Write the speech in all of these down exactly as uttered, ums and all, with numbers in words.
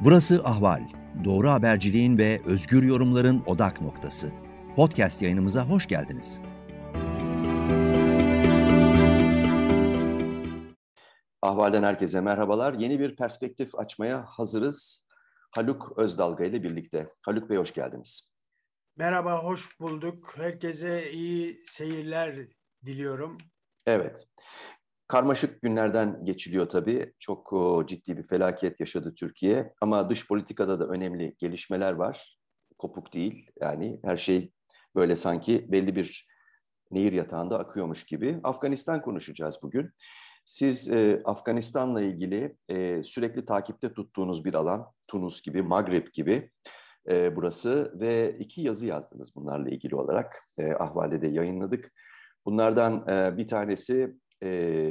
Burası Ahval. Doğru haberciliğin ve özgür yorumların odak noktası. Podcast yayınımıza hoş geldiniz. Ahval'den herkese merhabalar. Yeni bir perspektif açmaya hazırız. Haluk Özdalga ile birlikte. Haluk Bey hoş geldiniz. Merhaba, hoş bulduk. Herkese iyi seyirler diliyorum. Evet. Karmaşık günlerden geçiliyor tabii. Çok o, ciddi bir felaket yaşadı Türkiye. Ama dış politikada da önemli gelişmeler var. Kopuk değil. Yani her şey böyle sanki belli bir nehir yatağında akıyormuş gibi. Afganistan konuşacağız bugün. Siz e, Afganistan'la ilgili e, sürekli takipte tuttuğunuz bir alan. Tunus gibi, Magreb gibi e, burası ve iki yazı yazdınız bunlarla ilgili olarak. E, Ahval'de de yayınladık. Bunlardan e, bir tanesi e,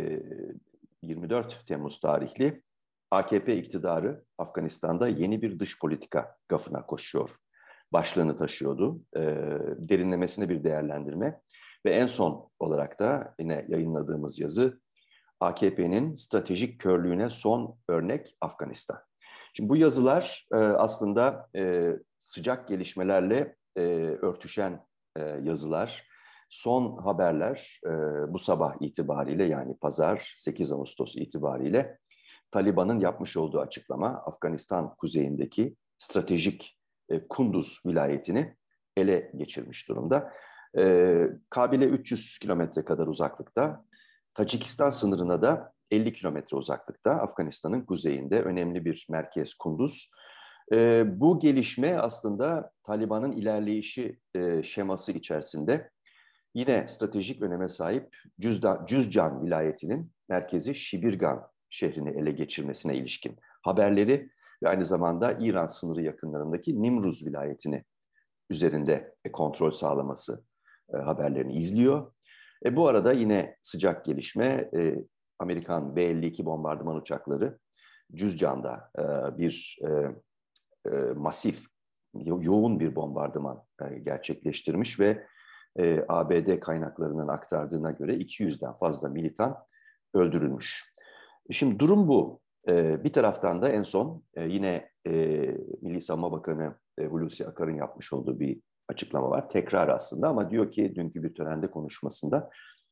yirmi dört Temmuz tarihli. A K P iktidarı Afganistan'da yeni bir dış politika gafına koşuyor. Başlığını taşıyordu. E, derinlemesine bir değerlendirme. Ve en son olarak da yine yayınladığımız yazı A K P'nin stratejik körlüğüne son örnek Afganistan. Şimdi bu yazılar e, aslında e, sıcak gelişmelerle e, örtüşen e, yazılar. Son haberler e, bu sabah itibariyle yani pazar sekiz Ağustos itibariyle Taliban'ın yapmış olduğu açıklama Afganistan kuzeyindeki stratejik e, Kunduz vilayetini ele geçirmiş durumda. E, Kabil'e üç yüz kilometre kadar uzaklıkta, Tacikistan sınırına da elli kilometre uzaklıkta Afganistan'ın kuzeyinde önemli bir merkez Kunduz. E, bu gelişme aslında Taliban'ın ilerleyişi e, şeması içerisinde yine stratejik öneme sahip Cüzdan, Cüzcan vilayetinin merkezi Şibirgan şehrini ele geçirmesine ilişkin haberleri ve aynı zamanda İran sınırı yakınlarındaki Nimruz vilayetini üzerinde kontrol sağlaması e, haberlerini izliyor. E, bu arada yine sıcak gelişme e, Amerikan B elli iki bombardıman uçakları Cüzcan'da e, bir e, e, masif, yo- yoğun bir bombardıman e, gerçekleştirmiş ve e, A B D kaynaklarının aktardığına göre iki yüzden fazla militan öldürülmüş. E, şimdi durum bu. E, bir taraftan da en son e, yine e, Milli Savunma Bakanı e, Hulusi Akar'ın yapmış olduğu bir açıklama var. Tekrar aslında ama diyor ki dünkü bir törende konuşmasında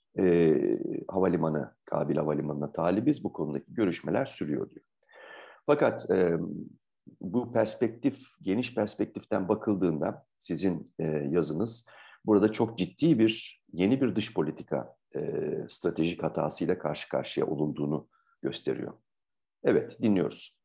e, havalimanı, Kabil Havalimanı'na talibiz. Bu konudaki görüşmeler sürüyor diyor. Fakat e, bu perspektif, geniş perspektiften bakıldığında sizin e, yazınız burada çok ciddi bir yeni bir dış politika e, stratejik hatasıyla karşı karşıya olunduğunu gösteriyor. Evet, dinliyoruz.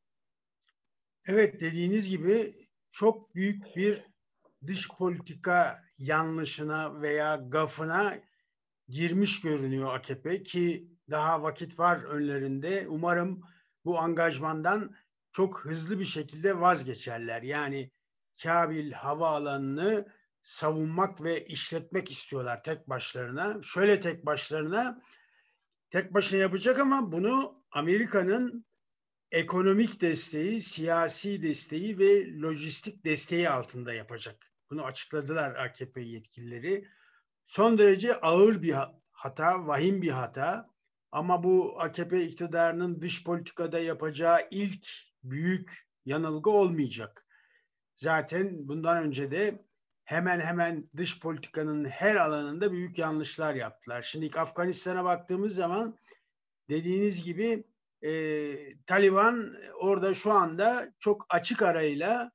Evet, dediğiniz gibi çok büyük bir dış politika yanlışına veya gafına girmiş görünüyor A K P ki daha vakit var önlerinde. Umarım bu angajmandan çok hızlı bir şekilde vazgeçerler. Yani Kabil havaalanını savunmak ve işletmek istiyorlar tek başlarına. Şöyle tek başlarına, tek başına yapacak ama bunu Amerika'nın ekonomik desteği, siyasi desteği ve lojistik desteği altında yapacak. Bunu açıkladılar A K P yetkilileri. Son derece ağır bir hata, vahim bir hata. Ama bu A K P iktidarının dış politikada yapacağı ilk büyük yanılgı olmayacak. Zaten bundan önce de hemen hemen dış politikanın her alanında büyük yanlışlar yaptılar. Şimdi Afganistan'a baktığımız zaman dediğiniz gibi e, Taliban orada şu anda çok açık arayla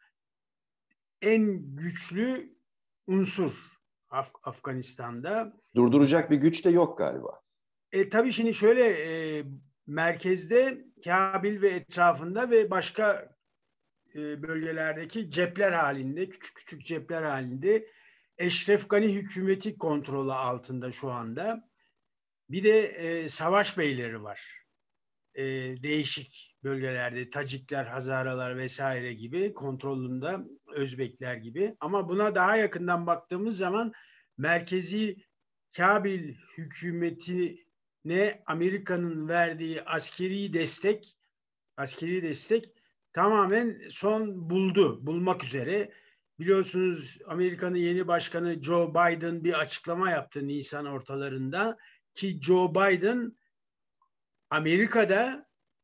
en güçlü unsur Af- Afganistan'da. Durduracak bir güç de yok galiba. E, tabii şimdi şöyle e, merkezde Kabil ve etrafında ve başka e, bölgelerdeki cepler halinde, küçük küçük cepler halinde Eşref Gani hükümeti kontrolü altında şu anda. Bir de e, savaş beyleri var. E, değişik bölgelerde Tacikler, Hazaralar vesaire gibi kontrolünde Özbekler gibi. Ama buna daha yakından baktığımız zaman merkezi Kabil hükümetine Amerika'nın verdiği askeri destek askeri destek tamamen son buldu, bulmak üzere. Biliyorsunuz Amerika'nın yeni başkanı Joe Biden bir açıklama yaptı Nisan ortalarında ki Joe Biden Amerika'da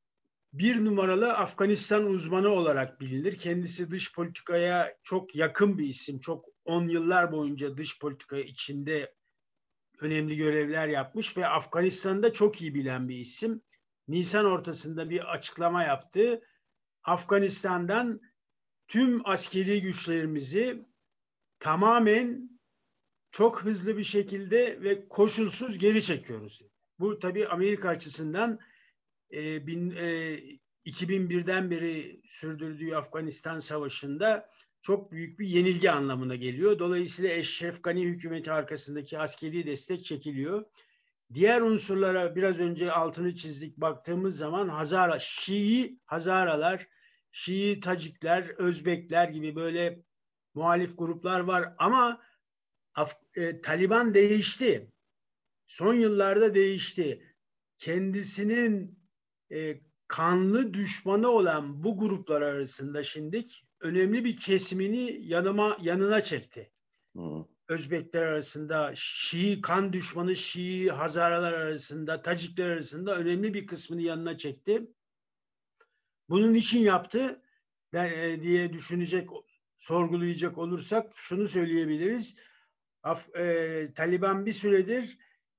bir numaralı Afganistan uzmanı olarak bilinir. Kendisi dış politikaya çok yakın bir isim. Çok on yıllar boyunca dış politika içinde önemli görevler yapmış ve Afganistan'da çok iyi bilen bir isim. Nisan ortasında bir açıklama yaptı. Afganistan'dan tüm askeri güçlerimizi tamamen çok hızlı bir şekilde ve koşulsuz geri çekiyoruz. Bu tabii Amerika açısından e, bin, e, iki bin birden beri sürdürdüğü Afganistan Savaşı'nda çok büyük bir yenilgi anlamına geliyor. Dolayısıyla Eşref Gani hükümeti arkasındaki askeri destek çekiliyor. Diğer unsurlara biraz önce altını çizdik baktığımız zaman Hazara, Şii Hazaralar, Şii Tacikler, Özbekler gibi böyle muhalif gruplar var ama Af, e, Taliban değişti. Son yıllarda değişti. Kendisinin e, kanlı düşmanı olan bu gruplar arasında şimdi önemli bir kesimini yanıma yanına çekti. Hmm. Özbekler arasında, Şii kan düşmanı Şii Hazaralar arasında, Tacikler arasında önemli bir kısmını yanına çekti. Bunun için yaptı diye düşünecek, sorgulayacak olursak şunu söyleyebiliriz. Af, e, Taliban bir süredir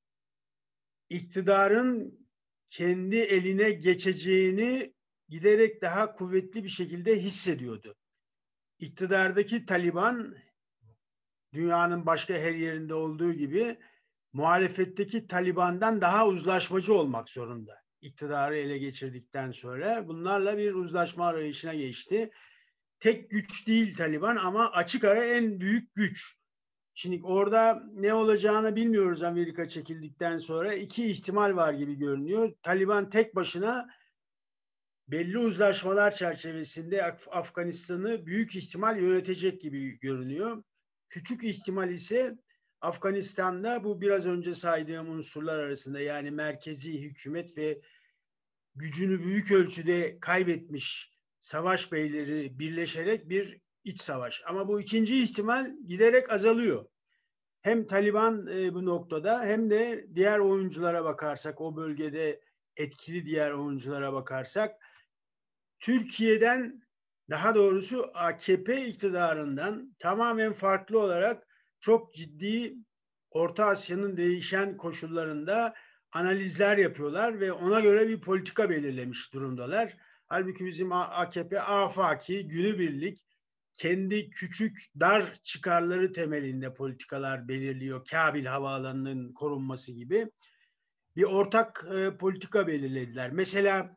iktidarın kendi eline geçeceğini giderek daha kuvvetli bir şekilde hissediyordu. İktidardaki Taliban dünyanın başka her yerinde olduğu gibi muhalefetteki Taliban'dan daha uzlaşmacı olmak zorunda. İktidarı ele geçirdikten sonra bunlarla bir uzlaşma arayışına geçti. Tek güç değil Taliban ama açık ara en büyük güç. Şimdi orada ne olacağını bilmiyoruz Amerika çekildikten sonra. İki ihtimal var gibi görünüyor. Taliban tek başına belli uzlaşmalar çerçevesinde Af- Afganistan'ı büyük ihtimal yönetecek gibi görünüyor. Küçük ihtimal ise Afganistan'da bu biraz önce saydığım unsurlar arasında yani merkezi hükümet ve gücünü büyük ölçüde kaybetmiş savaş beyleri birleşerek bir iç savaş. Ama bu ikinci ihtimal giderek azalıyor. Hem Taliban e, bu noktada hem de diğer oyunculara bakarsak, o bölgede etkili diğer oyunculara bakarsak, Türkiye'den daha doğrusu A K P iktidarından tamamen farklı olarak çok ciddi Orta Asya'nın değişen koşullarında analizler yapıyorlar ve ona göre bir politika belirlemiş durumdalar. Halbuki bizim A K P afaki, günübirlik, kendi küçük dar çıkarları temelinde politikalar belirliyor. Kabil Havaalanı'nın korunması gibi bir ortak e, politika belirlediler. Mesela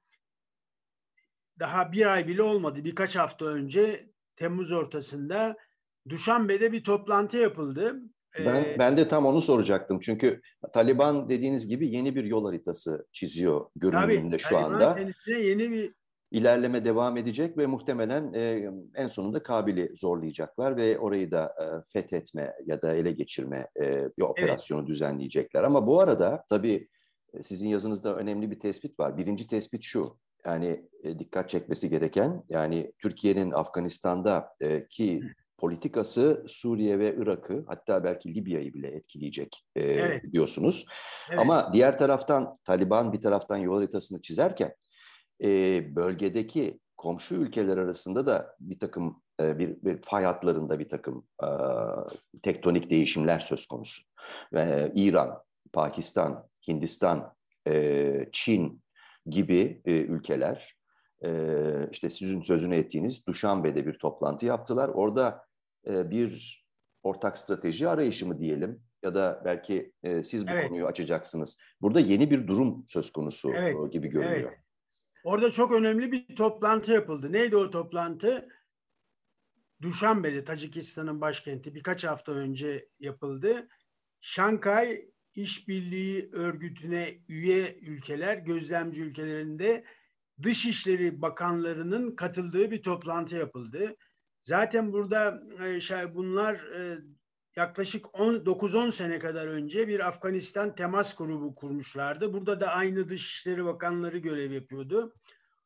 daha bir ay bile olmadı. Birkaç hafta önce Temmuz ortasında Duşanbe'de bir toplantı yapıldı. Ben, ben de tam onu soracaktım. Çünkü Taliban dediğiniz gibi yeni bir yol haritası çiziyor görünümünde şu Taliban anda. kendisine yeni bir ilerleme devam edecek ve muhtemelen e, en sonunda Kabil'i zorlayacaklar ve orayı da e, fethetme ya da ele geçirme e, bir operasyonu evet. düzenleyecekler. Ama bu arada tabii sizin yazınızda önemli bir tespit var. Birinci tespit şu, yani e, dikkat çekmesi gereken, yani Türkiye'nin Afganistan'daki politikası Suriye ve Irak'ı, hatta belki Libya'yı bile etkileyecek e, evet. diyorsunuz. Evet. Ama diğer taraftan Taliban bir taraftan yol haritasını çizerken e, bölgedeki komşu ülkeler arasında da bir takım e, bir, bir fay hatlarında bir takım e, tektonik değişimler söz konusu. E, İran, Pakistan, Hindistan, e, Çin gibi e, ülkeler e, işte sizin sözünü ettiğiniz Duşanbe'de bir toplantı yaptılar. Orada e, bir ortak strateji arayışı mı diyelim ya da belki e, siz bu evet. konuyu açacaksınız. Burada yeni bir durum söz konusu evet. gibi görünüyor. Evet. Orada çok önemli bir toplantı yapıldı. Neydi o toplantı? Duşanbe'de, Tacikistan'ın başkenti, birkaç hafta önce yapıldı. Şanghay İşbirliği Örgütü'ne üye ülkeler, gözlemci ülkelerinde Dışişleri Bakanlarının katıldığı bir toplantı yapıldı. Zaten burada bunlar yaklaşık dokuz on sene kadar önce bir Afganistan temas grubu kurmuşlardı. Burada da aynı Dışişleri Bakanları görev yapıyordu.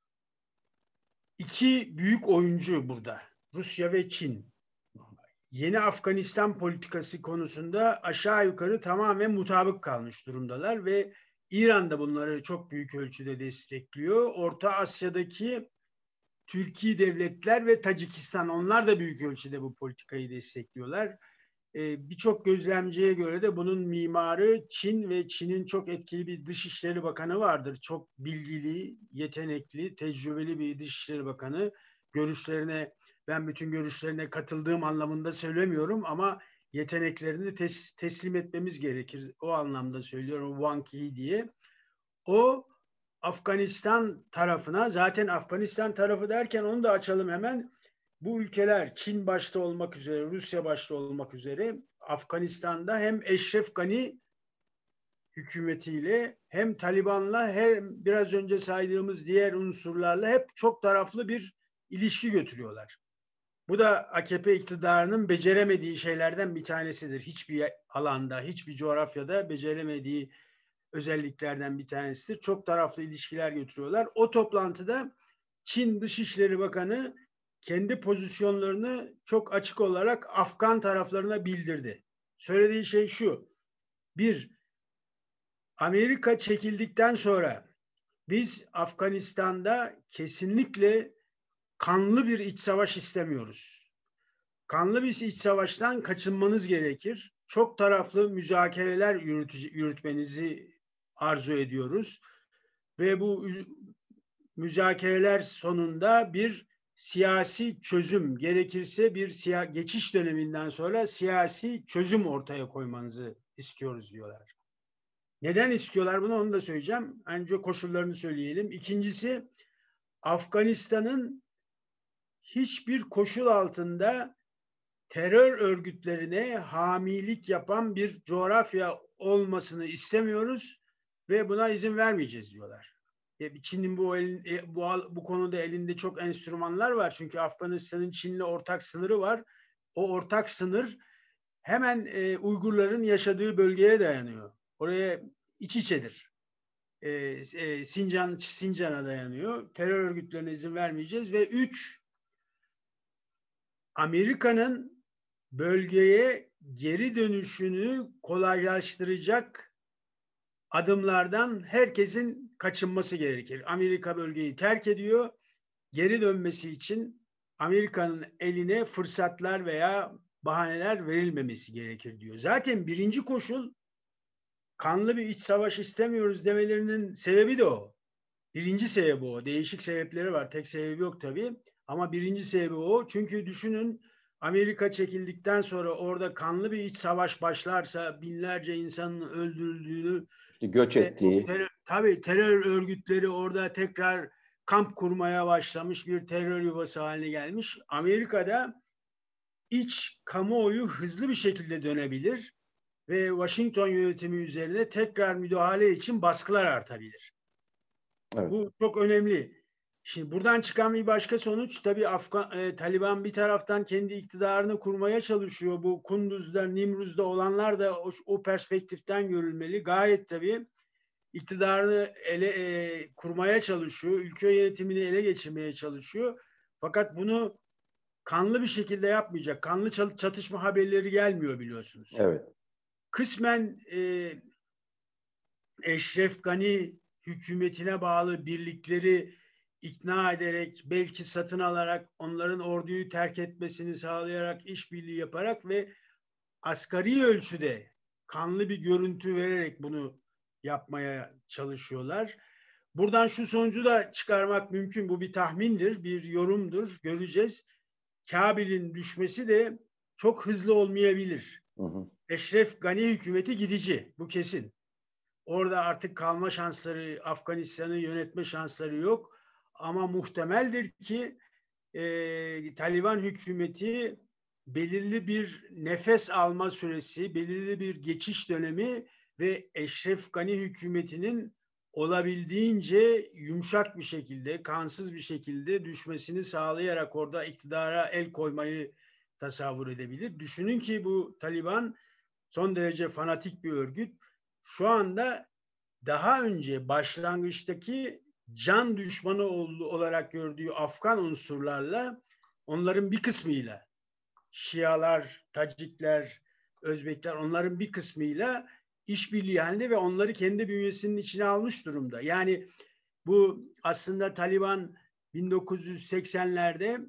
İki büyük oyuncu burada, Rusya ve Çin. Yeni Afganistan politikası konusunda aşağı yukarı tamamen mutabık kalmış durumdalar ve İran da bunları çok büyük ölçüde destekliyor. Orta Asya'daki Türkiye devletler ve Tacikistan, onlar da büyük ölçüde bu politikayı destekliyorlar. Ee, Birçok gözlemciye göre de bunun mimarı Çin ve Çin'in çok etkili bir Dışişleri Bakanı vardır. Çok bilgili, yetenekli, tecrübeli bir Dışişleri Bakanı. Görüşlerine, ben bütün görüşlerine katıldığım anlamında söylemiyorum ama yeteneklerini tes- teslim etmemiz gerekir. O anlamda söylüyorum, Wang Yi diye. O Afganistan tarafına, zaten Afganistan tarafı derken onu da açalım hemen. Bu ülkeler Çin başta olmak üzere, Rusya başta olmak üzere Afganistan'da hem Eşref Gani hükümetiyle hem Taliban'la hem biraz önce saydığımız diğer unsurlarla hep çok taraflı bir ilişki götürüyorlar. Bu da A K P iktidarının beceremediği şeylerden bir tanesidir. Hiçbir alanda, hiçbir coğrafyada beceremediği özelliklerden bir tanesidir. Çok taraflı ilişkiler götürüyorlar. O toplantıda Çin Dışişleri Bakanı kendi pozisyonlarını çok açık olarak Afgan taraflarına bildirdi. Söylediği şey şu: bir, Amerika çekildikten sonra biz Afganistan'da kesinlikle kanlı bir iç savaş istemiyoruz. Kanlı bir iç savaştan kaçınmanız gerekir. Çok taraflı müzakereler yürütmenizi arzu ediyoruz. Ve bu müzakereler sonunda bir siyasi çözüm, gerekirse bir siya- geçiş döneminden sonra siyasi çözüm ortaya koymanızı istiyoruz diyorlar. Neden istiyorlar bunu, onu da söyleyeceğim. Önce koşullarını söyleyelim. İkincisi, Afganistan'ın hiçbir koşul altında terör örgütlerine hamilik yapan bir coğrafya olmasını istemiyoruz ve buna izin vermeyeceğiz diyorlar. Çin'in bu, elin, bu, bu konuda elinde çok enstrümanlar var. Çünkü Afganistan'ın Çin'le ortak sınırı var. O ortak sınır hemen e, Uygurların yaşadığı bölgeye dayanıyor. Oraya iç içedir. E, e, Sincan, Sincan'a dayanıyor. Terör örgütlerine izin vermeyeceğiz ve üç, Amerika'nın bölgeye geri dönüşünü kolaylaştıracak adımlardan herkesin kaçınması gerekir. Amerika bölgeyi terk ediyor. Geri dönmesi için Amerika'nın eline fırsatlar veya bahaneler verilmemesi gerekir diyor. Zaten birinci koşul, kanlı bir iç savaş istemiyoruz demelerinin sebebi de o. Birinci sebebi o. Değişik sebepleri var. Tek sebebi yok tabii. Ama birinci sebebi o. Çünkü düşünün, Amerika çekildikten sonra orada kanlı bir iç savaş başlarsa, binlerce insanın öldürüldüğünü, İşte göç ve o ettiği. terör, tabii terör örgütleri orada tekrar kamp kurmaya başlamış, bir terör yuvası haline gelmiş. Amerika'da iç kamuoyu hızlı bir şekilde dönebilir ve Washington yönetimi üzerine tekrar müdahale için baskılar artabilir. Evet. Bu çok önemli. Şimdi buradan çıkan bir başka sonuç, tabii Afgan, e, Taliban bir taraftan kendi iktidarını kurmaya çalışıyor. Bu Kunduz'da, Nimruz'da olanlar da o, o perspektiften görülmeli. Gayet tabii iktidarını ele e, kurmaya çalışıyor. Ülke yönetimini ele geçirmeye çalışıyor. Fakat bunu kanlı bir şekilde yapmayacak. Kanlı çatışma haberleri gelmiyor, biliyorsunuz. Evet. Kısmen e, Eşref Gani hükümetine bağlı birlikleri ikna ederek, belki satın alarak, onların orduyu terk etmesini sağlayarak, işbirliği yaparak ve asgari ölçüde kanlı bir görüntü vererek bunu yapmaya çalışıyorlar. Buradan şu sonucu da çıkarmak mümkün. Bu bir tahmindir, bir yorumdur. Göreceğiz. Kabil'in düşmesi de çok hızlı olmayabilir. Hı hı. Eşref Gani hükümeti gidici. Bu kesin. Orada artık kalma şansları, Afganistan'ı yönetme şansları yok. Ama muhtemeldir ki e, Taliban hükümeti belirli bir nefes alma süresi, belirli bir geçiş dönemi ve Eşref Gani hükümetinin olabildiğince yumuşak bir şekilde, kansız bir şekilde düşmesini sağlayarak orada iktidara el koymayı tasavvur edebilir. Düşünün ki bu Taliban son derece fanatik bir örgüt. Şu anda daha önce başlangıçtaki can düşmanı olarak gördüğü Afgan unsurlarla, onların bir kısmıyla, Şialar, Tacikler, Özbekler, onların bir kısmıyla işbirliği halinde ve onları kendi bünyesinin içine almış durumda. Yani bu aslında Taliban bin dokuz yüz seksenlerde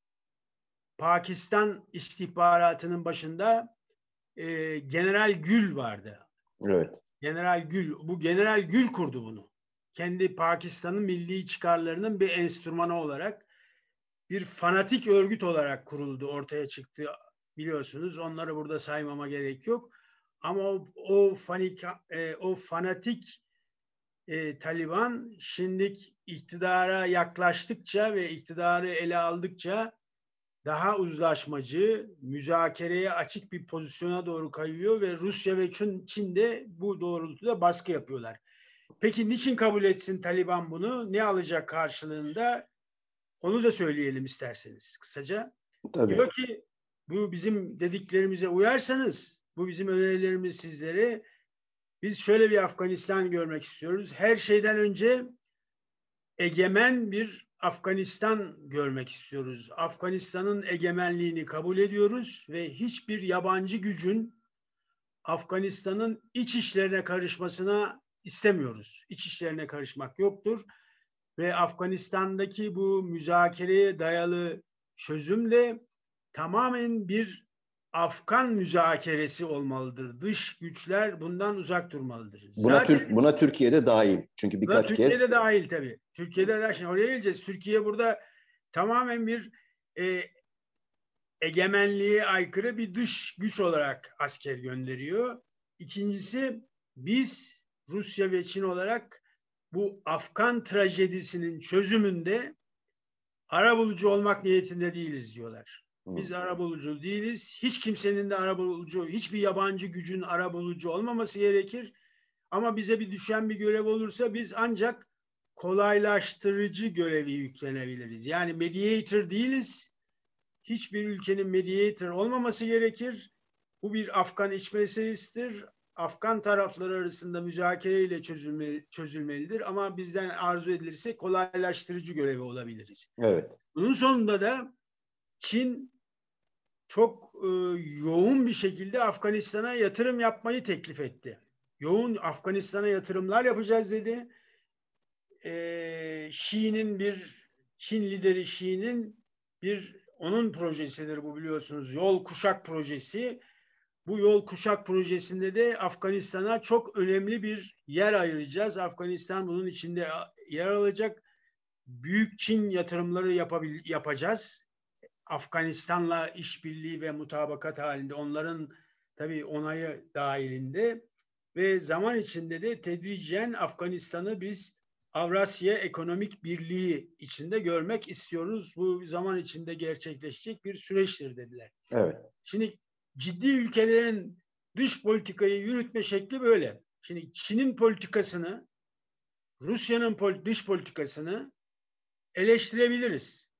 Pakistan istihbaratının başında e, General Gül vardı. Evet. General Gül, bu General Gül kurdu bunu. Kendi Pakistan'ın milli çıkarlarının bir enstrümanı olarak, bir fanatik örgüt olarak kuruldu, ortaya çıktı biliyorsunuz. Onları burada saymama gerek yok. Ama o, o, fanik, e, o fanatik e, Taliban şimdi iktidara yaklaştıkça ve iktidarı ele aldıkça daha uzlaşmacı, müzakereye açık bir pozisyona doğru kayıyor ve Rusya ve Çin de bu doğrultuda baskı yapıyorlar. Peki niçin kabul etsin Taliban bunu? Ne alacak karşılığında? Onu da söyleyelim isterseniz kısaca. Tabii. Diyor ki bu bizim dediklerimize uyarsanız, bu bizim önerilerimiz sizlere, biz şöyle bir Afganistan görmek istiyoruz. Her şeyden önce egemen bir Afganistan görmek istiyoruz. Afganistan'ın egemenliğini kabul ediyoruz ve hiçbir yabancı gücün Afganistan'ın iç işlerine karışmasına istemiyoruz. İç işlerine karışmak yoktur. Ve Afganistan'daki bu müzakereye dayalı çözümle tamamen bir Afgan müzakeresi olmalıdır. Dış güçler bundan uzak durmalıdır. Buna, Zaten Türk, buna Türkiye'de dahil. Çünkü birkaç Türkiye'de kez... dahil tabii. Türkiye'de de şimdi oraya geleceğiz. Türkiye burada tamamen bir e, egemenliğe aykırı bir dış güç olarak asker gönderiyor. İkincisi, biz Rusya ve Çin olarak bu Afgan trajedisinin çözümünde arabulucu olmak niyetinde değiliz diyorlar. Biz arabulucu değiliz. Hiç kimsenin de arabulucu, hiçbir yabancı gücün arabulucu olmaması gerekir. Ama bize bir düşen bir görev olursa biz ancak kolaylaştırıcı görevi yüklenebiliriz. Yani mediator değiliz. Hiçbir ülkenin mediator olmaması gerekir. Bu bir Afgan iç meselesidir. Afgan tarafları arasında müzakereyle çözülme, çözülmelidir. Ama bizden arzu edilirse kolaylaştırıcı görevi olabiliriz. Evet. Bunun sonunda da Çin çok e, yoğun bir şekilde Afganistan'a yatırım yapmayı teklif etti. Yoğun Afganistan'a yatırımlar yapacağız dedi. E, Şi'nin bir, Çin lideri Şi'nin bir, onun projesidir bu biliyorsunuz. Yol Kuşak Projesi. Bu Yol Kuşak Projesi'nde de Afganistan'a çok önemli bir yer ayıracağız. Afganistan bunun içinde yer alacak. Büyük Çin yatırımları yapabil, yapacağız. Afganistan'la işbirliği ve mutabakat halinde, onların tabii onayı dahilinde ve zaman içinde de tedricen Afganistan'ı biz Avrasya Ekonomik Birliği içinde görmek istiyoruz. Bu zaman içinde gerçekleşecek bir süreçtir dediler. Evet. Şimdi ciddi ülkelerin dış politikayı yürütme şekli böyle. Şimdi Çin'in politikasını, Rusya'nın dış politikasını eleştirebiliriz.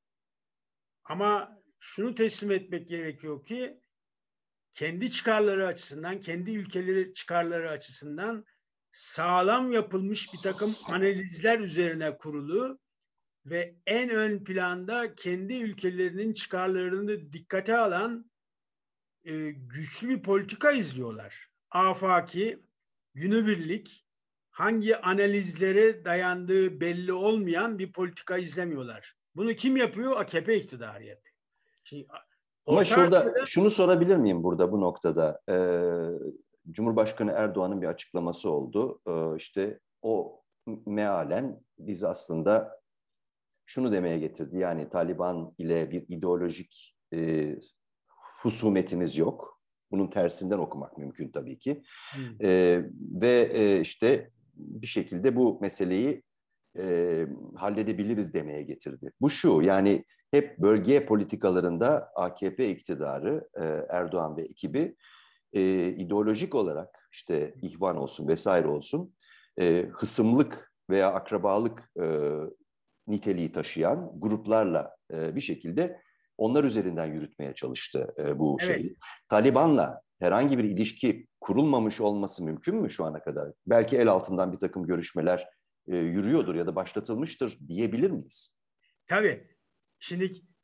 Ama şunu teslim etmek gerekiyor ki kendi çıkarları açısından, kendi ülkeleri çıkarları açısından sağlam yapılmış bir takım analizler üzerine kurulu ve en ön planda kendi ülkelerinin çıkarlarını dikkate alan e, güçlü bir politika izliyorlar. Afaki, günübirlik, hangi analizlere dayandığı belli olmayan bir politika izlemiyorlar. Bunu kim yapıyor? A K P iktidarı yapıyor. Şimdi, Ama şurada Asya'da... şunu sorabilir miyim burada bu noktada? Ee, Cumhurbaşkanı Erdoğan'ın bir açıklaması oldu. Ee, işte o mealen biz aslında şunu demeye getirdi. Yani Taliban ile bir ideolojik e, husumetimiz yok. Bunun tersinden okumak mümkün tabii ki. Hmm. E, ve e, işte bir şekilde bu meseleyi e, halledebiliriz demeye getirdi. Bu şu, yani hep bölge politikalarında A K P iktidarı, e, Erdoğan ve ekibi e, ideolojik olarak işte ihvan olsun vesaire olsun e, hısımlık veya akrabalık e, niteliği taşıyan gruplarla e, bir şekilde onlar üzerinden yürütmeye çalıştı e, bu evet. şeyi. Taliban'la herhangi bir ilişki kurulmamış olması mümkün mü şu ana kadar? Belki el altından bir takım görüşmeler e, yürüyordur ya da başlatılmıştır diyebilir miyiz? Tabii. Şimdi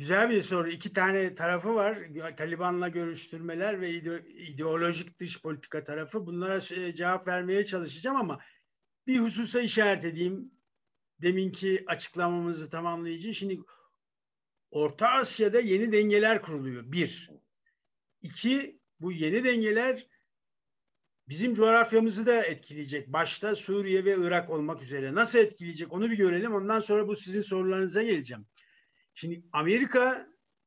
Güzel bir soru. İki tane tarafı var. Taliban'la görüştürmeler ve ideolojik dış politika tarafı. Bunlara cevap vermeye çalışacağım ama bir hususa işaret edeyim. Deminki açıklamamızı tamamlayıcı. Şimdi Orta Asya'da yeni dengeler kuruluyor. Bir. İki, bu yeni dengeler bizim coğrafyamızı da etkileyecek. Başta Suriye ve Irak olmak üzere. Nasıl etkileyecek onu bir görelim. Ondan sonra bu sizin sorularınıza geleceğim. Şimdi Amerika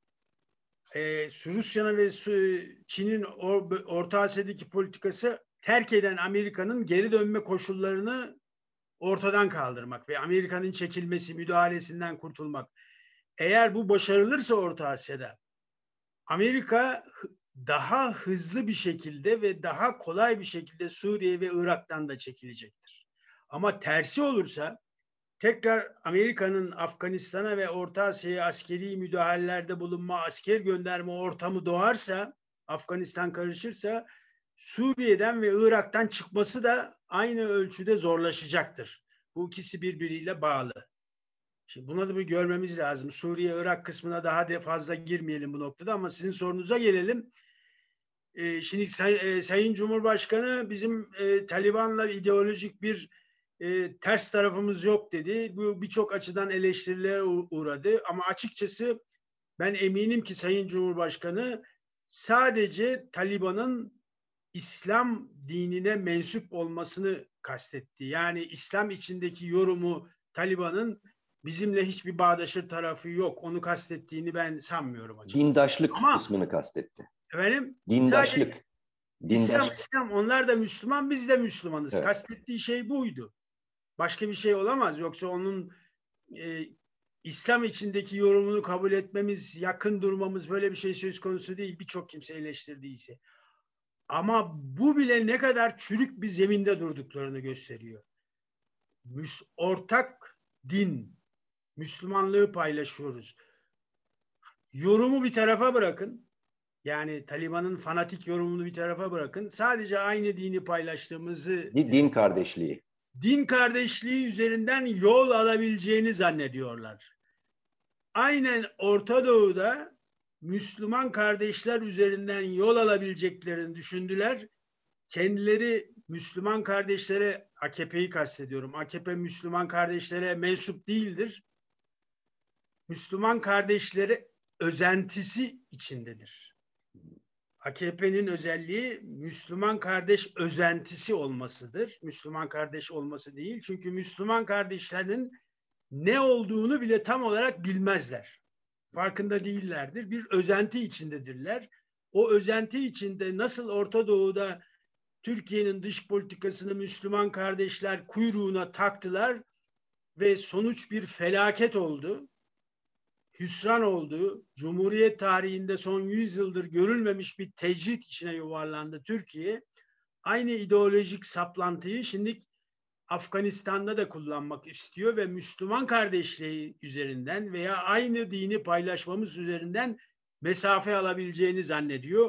e, Rusya'nın ve Çin'in Orta Asya'daki politikası terk eden Amerika'nın geri dönme koşullarını ortadan kaldırmak ve Amerika'nın çekilmesi, müdahalesinden kurtulmak. Eğer bu başarılırsa Orta Asya'da Amerika daha hızlı bir şekilde ve daha kolay bir şekilde Suriye ve Irak'tan da çekilecektir. Ama tersi olursa tekrar Amerika'nın Afganistan'a ve Orta Asya'ya askeri müdahalelerde bulunma, asker gönderme ortamı doğarsa, Afganistan karışırsa Suriye'den ve Irak'tan çıkması da aynı ölçüde zorlaşacaktır. Bu ikisi birbiriyle bağlı. Şimdi buna da bir görmemiz lazım. Suriye-Irak kısmına daha da fazla girmeyelim bu noktada ama sizin sorunuza gelelim. Ee, şimdi say, e, Sayın Cumhurbaşkanı bizim e, Taliban'la ideolojik bir e, ters tarafımız yok dedi. Bu birçok açıdan eleştirilere uğradı ama açıkçası ben eminim ki Sayın Cumhurbaşkanı sadece Taliban'ın İslam dinine mensup olmasını kastetti. Yani İslam içindeki yorumu Taliban'ın bizimle hiçbir bağdaşır tarafı yok. Onu kastettiğini ben sanmıyorum açıkçası. Dindaşlık Ama, kısmını kastetti. Efendim? Dindaşlık. İslam, Dindaş... İslam. Onlar da Müslüman, biz de Müslümanız. Evet. Kastettiği şey buydu. Başka bir şey olamaz. Yoksa onun e, İslam içindeki yorumunu kabul etmemiz, yakın durmamız böyle bir şey söz konusu değil. Birçok kimse eleştirdiyse. Ama bu bile ne kadar çürük bir zeminde durduklarını gösteriyor. Müs ortak din, Müslümanlığı paylaşıyoruz. Yorumu bir tarafa bırakın. Yani Taliban'ın fanatik yorumunu bir tarafa bırakın. Sadece aynı dini paylaştığımızı... Din kardeşliği. Din kardeşliği üzerinden yol alabileceğini zannediyorlar. Aynen Orta Doğu'da Müslüman kardeşler üzerinden yol alabileceklerini düşündüler. Kendileri Müslüman kardeşlere, A K P'yi kastediyorum, A K P Müslüman kardeşlere mensup değildir. Müslüman kardeşleri özentisi içindedir. A K P'nin özelliği Müslüman kardeş özentisi olmasıdır. Müslüman kardeş olması değil. Çünkü Müslüman kardeşlerin ne olduğunu bile tam olarak bilmezler. Farkında değillerdir. Bir özenti içindedirler. O özenti içinde nasıl Orta Doğu'da Türkiye'nin dış politikasını Müslüman kardeşler kuyruğuna taktılar ve sonuç bir felaket oldu. Hüsran oldu. Cumhuriyet tarihinde son yüz yıldır görülmemiş bir tecrit içine yuvarlandı Türkiye. Aynı ideolojik saplantıyı şimdi Afganistan'da da kullanmak istiyor ve Müslüman kardeşliği üzerinden veya aynı dini paylaşmamız üzerinden mesafe alabileceğini zannediyor.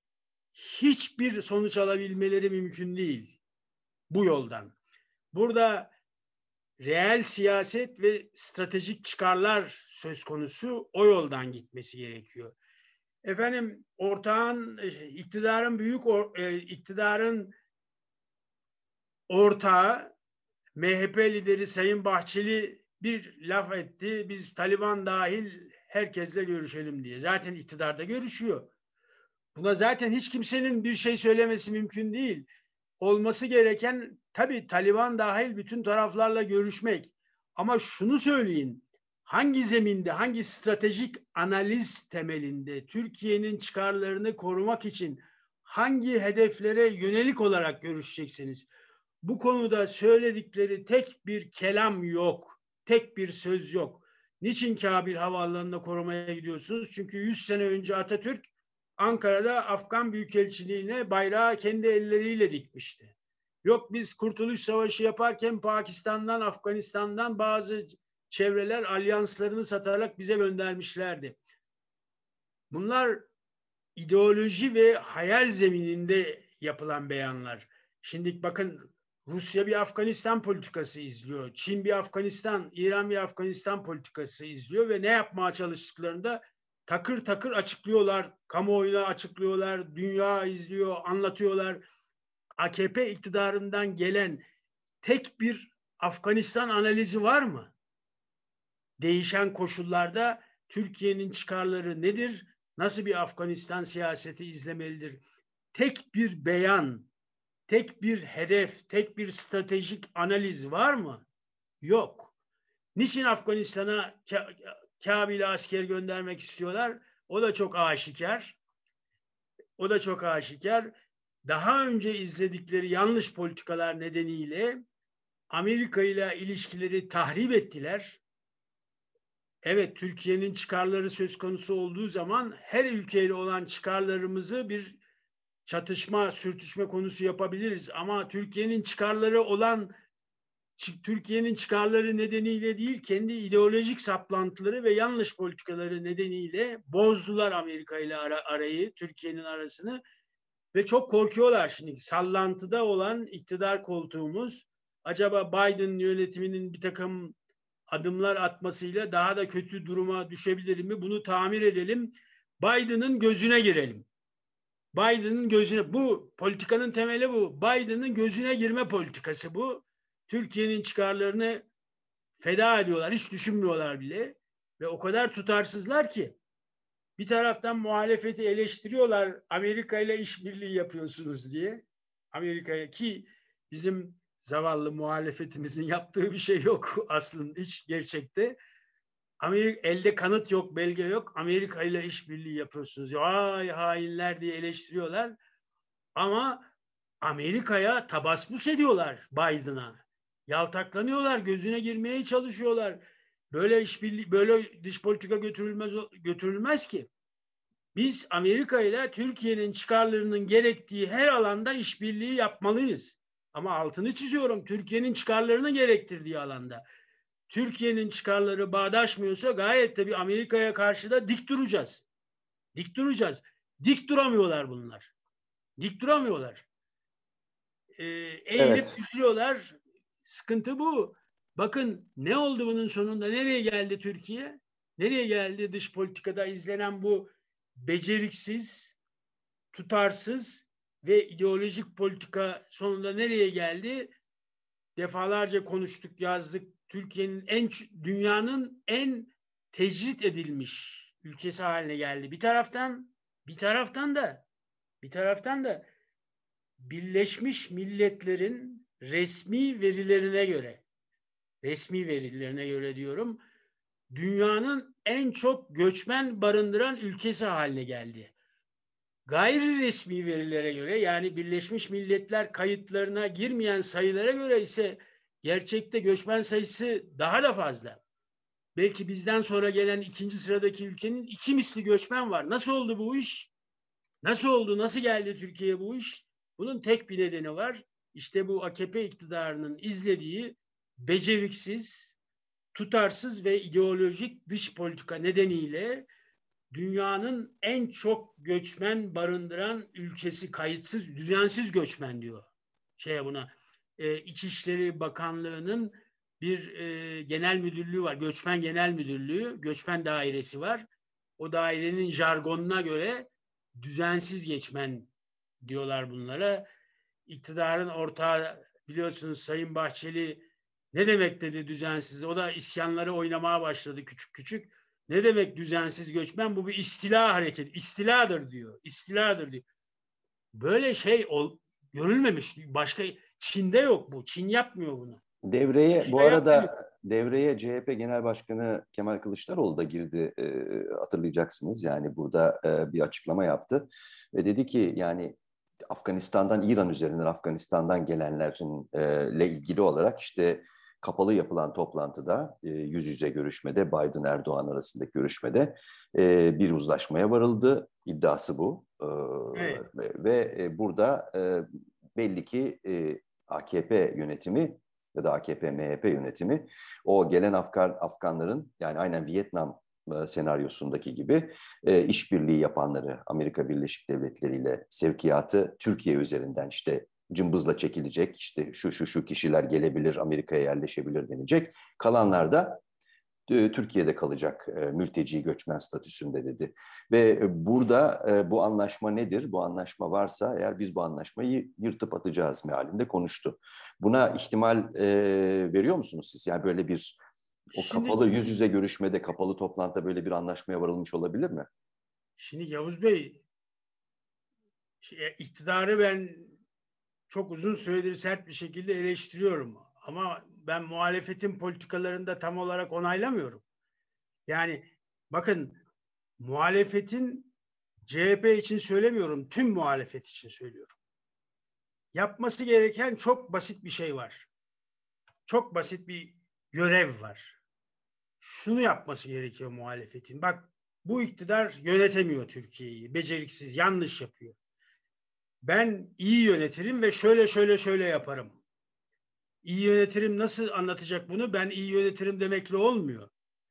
Hiçbir sonuç alabilmeleri mümkün değil bu yoldan. Burada reel siyaset ve stratejik çıkarlar söz konusu, o yoldan gitmesi gerekiyor. Efendim ortağın, iktidarın büyük iktidarın ortağı M H P lideri Sayın Bahçeli bir laf etti. Biz Taliban dahil herkesle görüşelim diye. Zaten iktidarda görüşüyor. Buna zaten hiç kimsenin bir şey söylemesi mümkün değil. Olması gereken tabii Taliban dahil bütün taraflarla görüşmek. Ama şunu söyleyin, hangi zeminde, hangi stratejik analiz temelinde Türkiye'nin çıkarlarını korumak için hangi hedeflere yönelik olarak görüşeceksiniz? Bu konuda söyledikleri tek bir kelam yok, tek bir söz yok. Niçin Kabil Havaalanı'nda korumaya gidiyorsunuz? Çünkü yüz sene önce Atatürk Ankara'da Afgan Büyükelçiliğine bayrağı kendi elleriyle dikmişti. Yok biz Kurtuluş Savaşı yaparken Pakistan'dan, Afganistan'dan bazı çevreler alyanslarını satarak bize göndermişlerdi. Bunlar ideoloji ve hayal zemininde yapılan beyanlar. Şimdi bakın Rusya bir Afganistan politikası izliyor. Çin bir Afganistan, İran bir Afganistan politikası izliyor ve ne yapmaya çalıştıklarında takır takır açıklıyorlar, kamuoyuna açıklıyorlar, dünya izliyor, anlatıyorlar. A K P iktidarından gelen tek bir Afganistan analizi var mı? Değişen koşullarda Türkiye'nin çıkarları nedir? Nasıl bir Afganistan siyaseti izlemelidir? Tek bir beyan, tek bir hedef, tek bir stratejik analiz var mı? Yok. Niçin Afganistan'a Kabil'e asker göndermek istiyorlar? O da çok aşikar. O da çok aşikar. Daha önce izledikleri yanlış politikalar nedeniyle Amerika ile ilişkileri tahrip ettiler. Evet, Türkiye'nin çıkarları söz konusu olduğu zaman her ülkeyle olan çıkarlarımızı bir çatışma, sürtüşme konusu yapabiliriz. Ama Türkiye'nin çıkarları olan Türkiye'nin çıkarları nedeniyle değil, kendi ideolojik saplantıları ve yanlış politikaları nedeniyle bozdular Amerika ile ara, arayı, Türkiye'nin arasını ve çok korkuyorlar şimdi. Sallantıda olan iktidar koltuğumuz acaba Biden yönetiminin bir takım adımlar atmasıyla daha da kötü duruma düşebilir mi? Bunu tamir edelim. Biden'ın gözüne girelim. Biden'ın gözüne, bu politikanın temeli bu. Biden'ın gözüne girme politikası bu. Türkiye'nin çıkarlarını feda ediyorlar. Hiç düşünmüyorlar bile. Ve o kadar tutarsızlar ki bir taraftan muhalefeti eleştiriyorlar. Amerika ile işbirliği yapıyorsunuz diye. Amerika'ya, ki bizim zavallı muhalefetimizin yaptığı bir şey yok aslında hiç gerçekte. Amerika, elde kanıt yok, belge yok. Amerika ile işbirliği yapıyorsunuz. Vay hainler diye eleştiriyorlar. Ama Amerika'ya tabasbus ediyorlar, Biden'a. Yaltaklanıyorlar, gözüne girmeye çalışıyorlar. Böyle işbirliği, böyle dış politika götürülmez götürülmez ki. Biz Amerika ile Türkiye'nin çıkarlarının gerektiği her alanda işbirliği yapmalıyız. Ama altını çiziyorum, Türkiye'nin çıkarlarını gerektirdiği alanda. Türkiye'nin çıkarları bağdaşmıyorsa gayet tabii Amerika'ya karşı da dik duracağız. Dik duracağız. Dik duramıyorlar bunlar. Dik duramıyorlar. Ee, eğilip Evet. büzülüyorlar. Sıkıntı bu. Bakın ne oldu bunun sonunda? Nereye geldi Türkiye? Nereye geldi dış politikada izlenen bu beceriksiz, tutarsız ve ideolojik politika sonunda nereye geldi? Defalarca konuştuk, yazdık. Türkiye'nin en dünyanın en tecrit edilmiş ülkesi haline geldi. Bir taraftan, bir taraftan da, bir taraftan da Birleşmiş Milletler'in resmi verilerine göre, resmi verilerine göre diyorum, dünyanın en çok göçmen barındıran ülkesi haline geldi. Gayri resmi verilere göre, yani Birleşmiş Milletler kayıtlarına girmeyen sayılara göre ise gerçekte göçmen sayısı daha da fazla. Belki bizden sonra gelen ikinci sıradaki ülkenin iki misli göçmen var. Nasıl oldu bu iş? Nasıl oldu? Nasıl geldi Türkiye'ye bu iş? Bunun tek bir nedeni var. İşte bu A K P iktidarının izlediği beceriksiz, tutarsız ve ideolojik dış politika nedeniyle dünyanın en çok göçmen barındıran ülkesi, kayıtsız, düzensiz göçmen diyor. Şeye buna e, İçişleri Bakanlığı'nın bir e, genel müdürlüğü var. Göçmen Genel Müdürlüğü, göçmen dairesi var. O dairenin jargonuna göre düzensiz göçmen diyorlar bunlara. İktidarın ortağı, biliyorsunuz Sayın Bahçeli ne demek dedi düzensiz. O da isyanları oynamaya başladı küçük küçük. Ne demek düzensiz göçmen? Bu bir istila hareketi. İstiladır diyor. İstiladır diyor. Böyle şey ol, görülmemiş. Başka Çin'de yok bu. Çin yapmıyor bunu. Devreye Rusya bu yapmıyor. arada devreye C H P Genel Başkanı Kemal Kılıçdaroğlu da girdi, e, hatırlayacaksınız. Yani burada e, bir açıklama yaptı ve dedi ki yani Afganistan'dan, İran üzerinden Afganistan'dan gelenlerle ilgili olarak işte kapalı yapılan toplantıda, e, yüz yüze görüşmede, Biden-Erdoğan arasındaki görüşmede e, bir uzlaşmaya varıldı. İddiası bu. E, Evet. ve e, burada e, belli ki e, A K P yönetimi ya da A K P M H P yönetimi o gelen Afgan Afganların, yani aynen Vietnam e, senaryosundaki gibi e, işbirliği yapanları, Amerika Birleşik Devletleri ile sevkiyatı Türkiye üzerinden işte cımbızla çekilecek, işte şu şu şu kişiler gelebilir, Amerika'ya yerleşebilir denecek. Kalanlar da Türkiye'de kalacak mülteci göçmen statüsünde dedi. Ve burada bu anlaşma nedir? Bu anlaşma varsa eğer biz bu anlaşmayı yırtıp atacağız mealinde konuştu. Buna ihtimal e, veriyor musunuz siz? Yani böyle bir o Şimdi, kapalı yüz yüze görüşmede, kapalı toplantıda böyle bir anlaşmaya varılmış olabilir mi? Şimdi Yavuz Bey, iktidarı ben çok uzun süredir sert bir şekilde eleştiriyorum. Ama ben muhalefetin politikalarını da tam olarak onaylamıyorum. Yani bakın, muhalefetin, C H P için söylemiyorum, tüm muhalefet için söylüyorum. Yapması gereken çok basit bir şey var. Çok basit bir görev var. Şunu yapması gerekiyor muhalefetin. Bak, bu iktidar yönetemiyor Türkiye'yi. Beceriksiz, yanlış yapıyor. Ben iyi yönetirim ve şöyle şöyle şöyle yaparım. İyi yönetirim nasıl anlatacak bunu? Ben iyi yönetirim demekle olmuyor.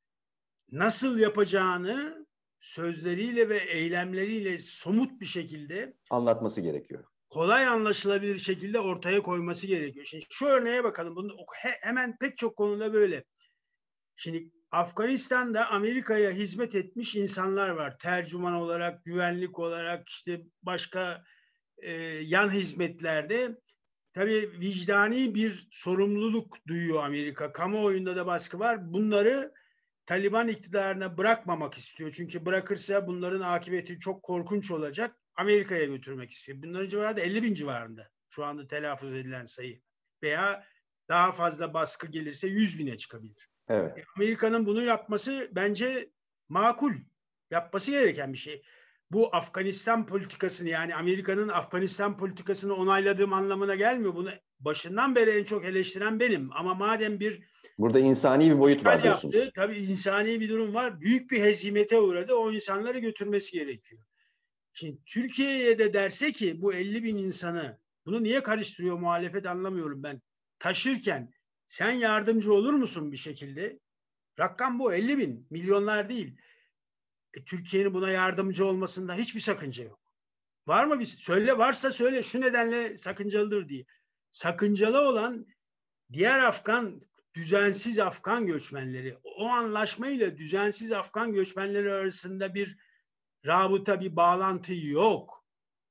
Nasıl yapacağını sözleriyle ve eylemleriyle somut bir şekilde, anlatması gerekiyor. Kolay anlaşılabilir şekilde ortaya koyması gerekiyor. Şimdi şu örneğe bakalım. Bunu hemen pek çok konuda böyle. Şimdi Afganistan'da Amerika'ya hizmet etmiş insanlar var. Tercüman olarak, güvenlik olarak, işte başka e, yan hizmetlerde. Tabii vicdani bir sorumluluk duyuyor Amerika. Kamuoyunda da baskı var. Bunları Taliban iktidarına bırakmamak istiyor. Çünkü bırakırsa bunların akıbeti çok korkunç olacak. Amerika'ya götürmek istiyor. Bunların civarında elli bin civarında şu anda telaffuz edilen sayı. Veya daha fazla baskı gelirse yüz bine çıkabilir. Evet. E, Amerika'nın bunu yapması bence makul. Yapması gereken bir şey. Bu Afganistan politikasını, yani Amerika'nın Afganistan politikasını onayladığım anlamına gelmiyor. Bunu başından beri en çok eleştiren benim. Ama madem bir burada insani bir boyut var diyorsunuz. Yaptı, tabii insani bir durum var. Büyük bir hezimete uğradı. O insanları götürmesi gerekiyor. Şimdi Türkiye'ye de derse ki bu elli bin insanı, bunu niye karıştırıyor muhalefet anlamıyorum ben. Taşırken sen yardımcı olur musun bir şekilde? Rakam bu, elli bin, milyonlar değil. E, Türkiye'nin buna yardımcı olmasında hiçbir sakınca yok. Var mı bir söyle, varsa söyle şu nedenle sakıncalıdır diye. Sakıncalı olan diğer Afgan, düzensiz Afgan göçmenleri. O anlaşmayla düzensiz Afgan göçmenleri arasında bir rabıta, bir bağlantı yok.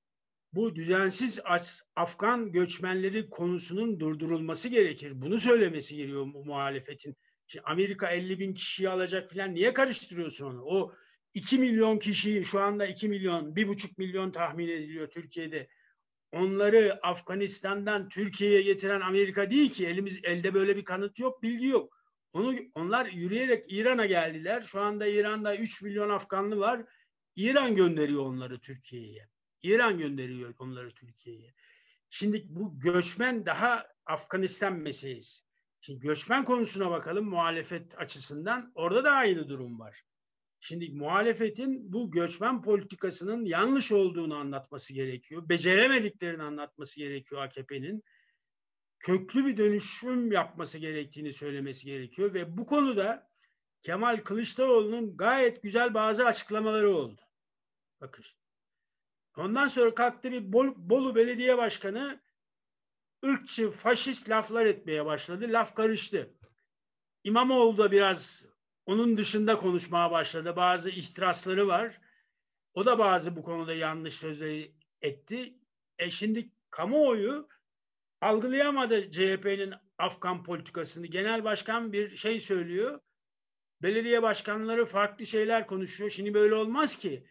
Bu düzensiz Afgan göçmenleri konusunun durdurulması gerekir. Bunu söylemesi gerekiyor muhalefetin. Şimdi Amerika elli bin kişiyi alacak falan, niye karıştırıyorsun onu? O iki milyon kişiyi, şu anda iki milyon, bir buçuk milyon tahmin ediliyor Türkiye'de. Onları Afganistan'dan Türkiye'ye getiren Amerika değil ki. Elimiz elde böyle bir kanıt yok, bilgi yok. Onu onlar yürüyerek İran'a geldiler. Şu anda İran'da üç milyon Afganlı var. İran gönderiyor onları Türkiye'ye. İran gönderiyor onları Türkiye'ye. Şimdi bu göçmen daha Afganistan meselesi. Şimdi göçmen konusuna bakalım muhalefet açısından. Orada da aynı durum var. Şimdi muhalefetin bu göçmen politikasının yanlış olduğunu anlatması gerekiyor. Beceremediklerini anlatması gerekiyor A K P'nin. Köklü bir dönüşüm yapması gerektiğini söylemesi gerekiyor. Ve bu konuda Kemal Kılıçdaroğlu'nun gayet güzel bazı açıklamaları oldu. Bakın. Ondan sonra kalktı bir Bolu Belediye Başkanı ırkçı, faşist laflar etmeye başladı. Laf karıştı. İmamoğlu da biraz onun dışında konuşmaya başladı. Bazı ihtirasları var. O da bazı bu konuda yanlış sözleri etti. E şimdi kamuoyu algılayamadı C H P'nin Afgan politikasını. Genel başkan bir şey söylüyor. Belediye başkanları farklı şeyler konuşuyor. Şimdi böyle olmaz ki.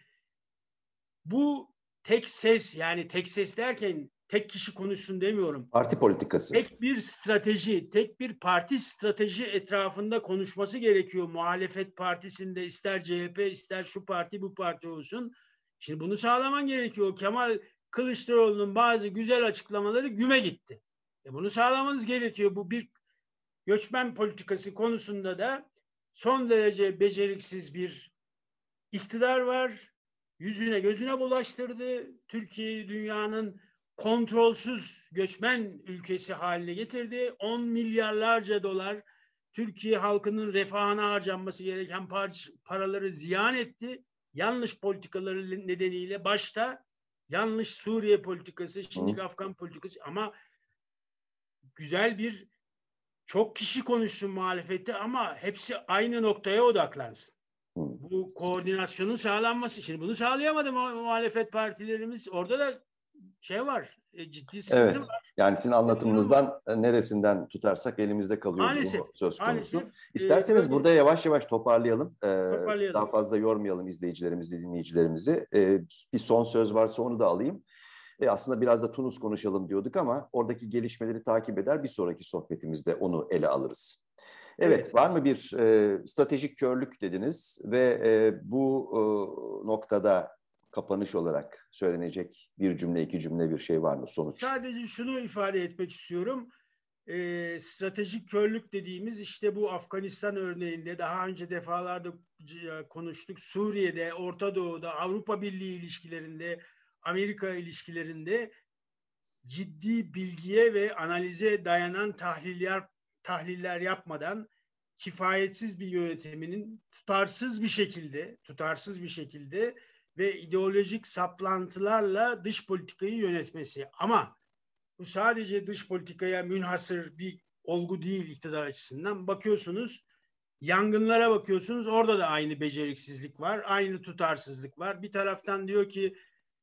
Bu tek ses, yani tek ses derken tek kişi konuşsun demiyorum. Parti politikası. Tek bir strateji, tek bir parti strateji etrafında konuşması gerekiyor. Muhalefet partisinde ister C H P ister şu parti bu parti olsun. Şimdi bunu sağlaman gerekiyor. Kemal Kılıçdaroğlu'nun bazı güzel açıklamaları güme gitti. E bunu sağlamanız gerekiyor. Bu bir göçmen politikası konusunda da son derece beceriksiz bir iktidar var. Yüzüne gözüne bulaştırdı. Türkiye'yi dünyanın kontrolsüz göçmen ülkesi haline getirdi. on milyarlarca dolar Türkiye halkının refahına harcanması gereken par- paraları ziyan etti. Yanlış politikaları nedeniyle, başta yanlış Suriye politikası, şimdi Afgan politikası, ama güzel bir çok kişi konuşsun muhalefette ama hepsi aynı noktaya odaklansın. Bu koordinasyonun sağlanması. Şimdi bunu sağlayamadı mu muhalefet partilerimiz. Orada da şey var, e, ciddi sıkıntı Evet. var. Yani sizin anlatımınızdan neresinden tutarsak elimizde kalıyor Maalesef, durumu söz konusu. maalesef, İsterseniz e, burada yavaş yavaş toparlayalım. Ee, toparlayalım. Daha fazla yormayalım izleyicilerimizi, dinleyicilerimizi. Ee, bir son söz varsa onu da alayım. E aslında biraz da Tunus konuşalım diyorduk ama oradaki gelişmeleri takip eder, bir sonraki sohbetimizde onu ele alırız. Evet, evet. Var mı bir e, stratejik körlük dediniz ve e, bu e, noktada kapanış olarak söylenecek bir cümle, iki cümle bir şey var mı sonuç? Sadece şunu ifade etmek istiyorum. E, stratejik körlük dediğimiz işte bu Afganistan örneğinde daha önce defalarda konuştuk. Suriye'de, Orta Doğu'da, Avrupa Birliği ilişkilerinde, Amerika ilişkilerinde ciddi bilgiye ve analize dayanan tahliller tahliller yapmadan kifayetsiz bir yönetiminin tutarsız bir şekilde, tutarsız bir şekilde ve ideolojik saplantılarla dış politikayı yönetmesi. Ama bu sadece dış politikaya münhasır bir olgu değil iktidar açısından. Bakıyorsunuz, yangınlara bakıyorsunuz, orada da aynı beceriksizlik var, aynı tutarsızlık var. Bir taraftan diyor ki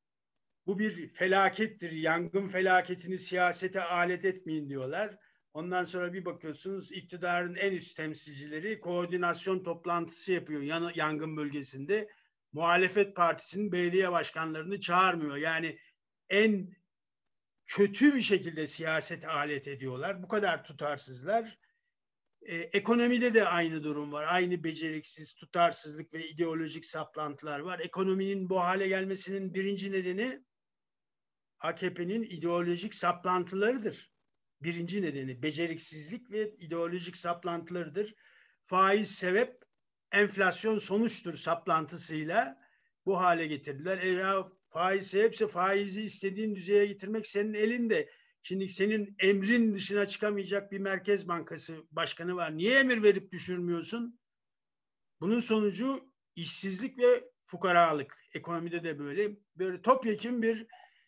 bu bir felakettir, yangın felaketini siyasete alet etmeyin diyorlar. Ondan sonra bir bakıyorsunuz iktidarın en üst temsilcileri koordinasyon toplantısı yapıyor yan, yangın bölgesinde. Muhalefet partisinin belediye başkanlarını çağırmıyor. Yani en kötü bir şekilde siyasete alet ediyorlar. Bu kadar tutarsızlar. Ee, ekonomide de aynı durum var. Aynı beceriksiz, tutarsızlık ve ideolojik saplantılar var. Ekonominin bu hale gelmesinin birinci nedeni A K P'nin ideolojik saplantılarıdır. Birinci nedeni beceriksizlik ve ideolojik saplantılarıdır. Faiz sebep, enflasyon sonuçtur saplantısıyla bu hale getirdiler. E ya faiz sebepse faizi istediğin düzeye getirmek senin elinde. Şimdi senin emrin dışına çıkamayacak bir Merkez Bankası başkanı var. Niye emir verip düşürmüyorsun? Bunun sonucu işsizlik ve fukaralık. Ekonomide de böyle. Böyle topyekun bir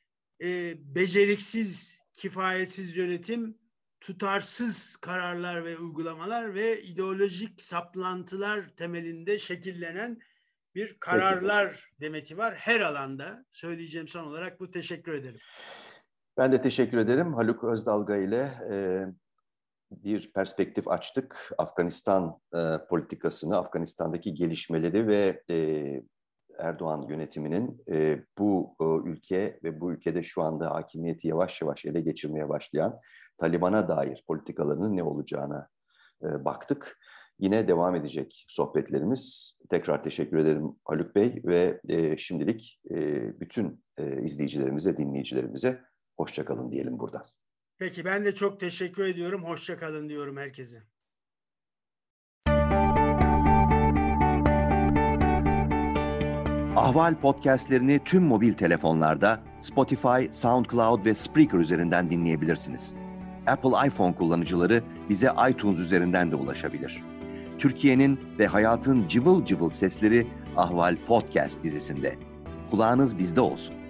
e, beceriksiz, kifayetsiz yönetim, tutarsız kararlar ve uygulamalar ve ideolojik saplantılar temelinde şekillenen bir kararlar Peki. demeti var her alanda. Söyleyeceğim son olarak bu. Teşekkür ederim. Ben de teşekkür ederim. Haluk Özdalga ile e, bir perspektif açtık. Afganistan e, politikasını, Afganistan'daki gelişmeleri ve e, Erdoğan yönetiminin e, bu e, ülke ve bu ülkede şu anda hakimiyeti yavaş yavaş ele geçirmeye başlayan Taliban'a dair politikalarının ne olacağına e, baktık. Yine devam edecek sohbetlerimiz. Tekrar teşekkür ederim Haluk Bey ve e, şimdilik e, bütün e, izleyicilerimize, dinleyicilerimize hoşça kalın diyelim burada. Peki ben de çok teşekkür ediyorum. Hoşça kalın diyorum herkese. Ahval podcastlerini tüm mobil telefonlarda Spotify, SoundCloud ve Spreaker üzerinden dinleyebilirsiniz. Apple iPhone kullanıcıları bize iTunes üzerinden de ulaşabilir. Türkiye'nin ve hayatın cıvıl cıvıl sesleri Ahval Podcast dizisinde. Kulağınız bizde olsun.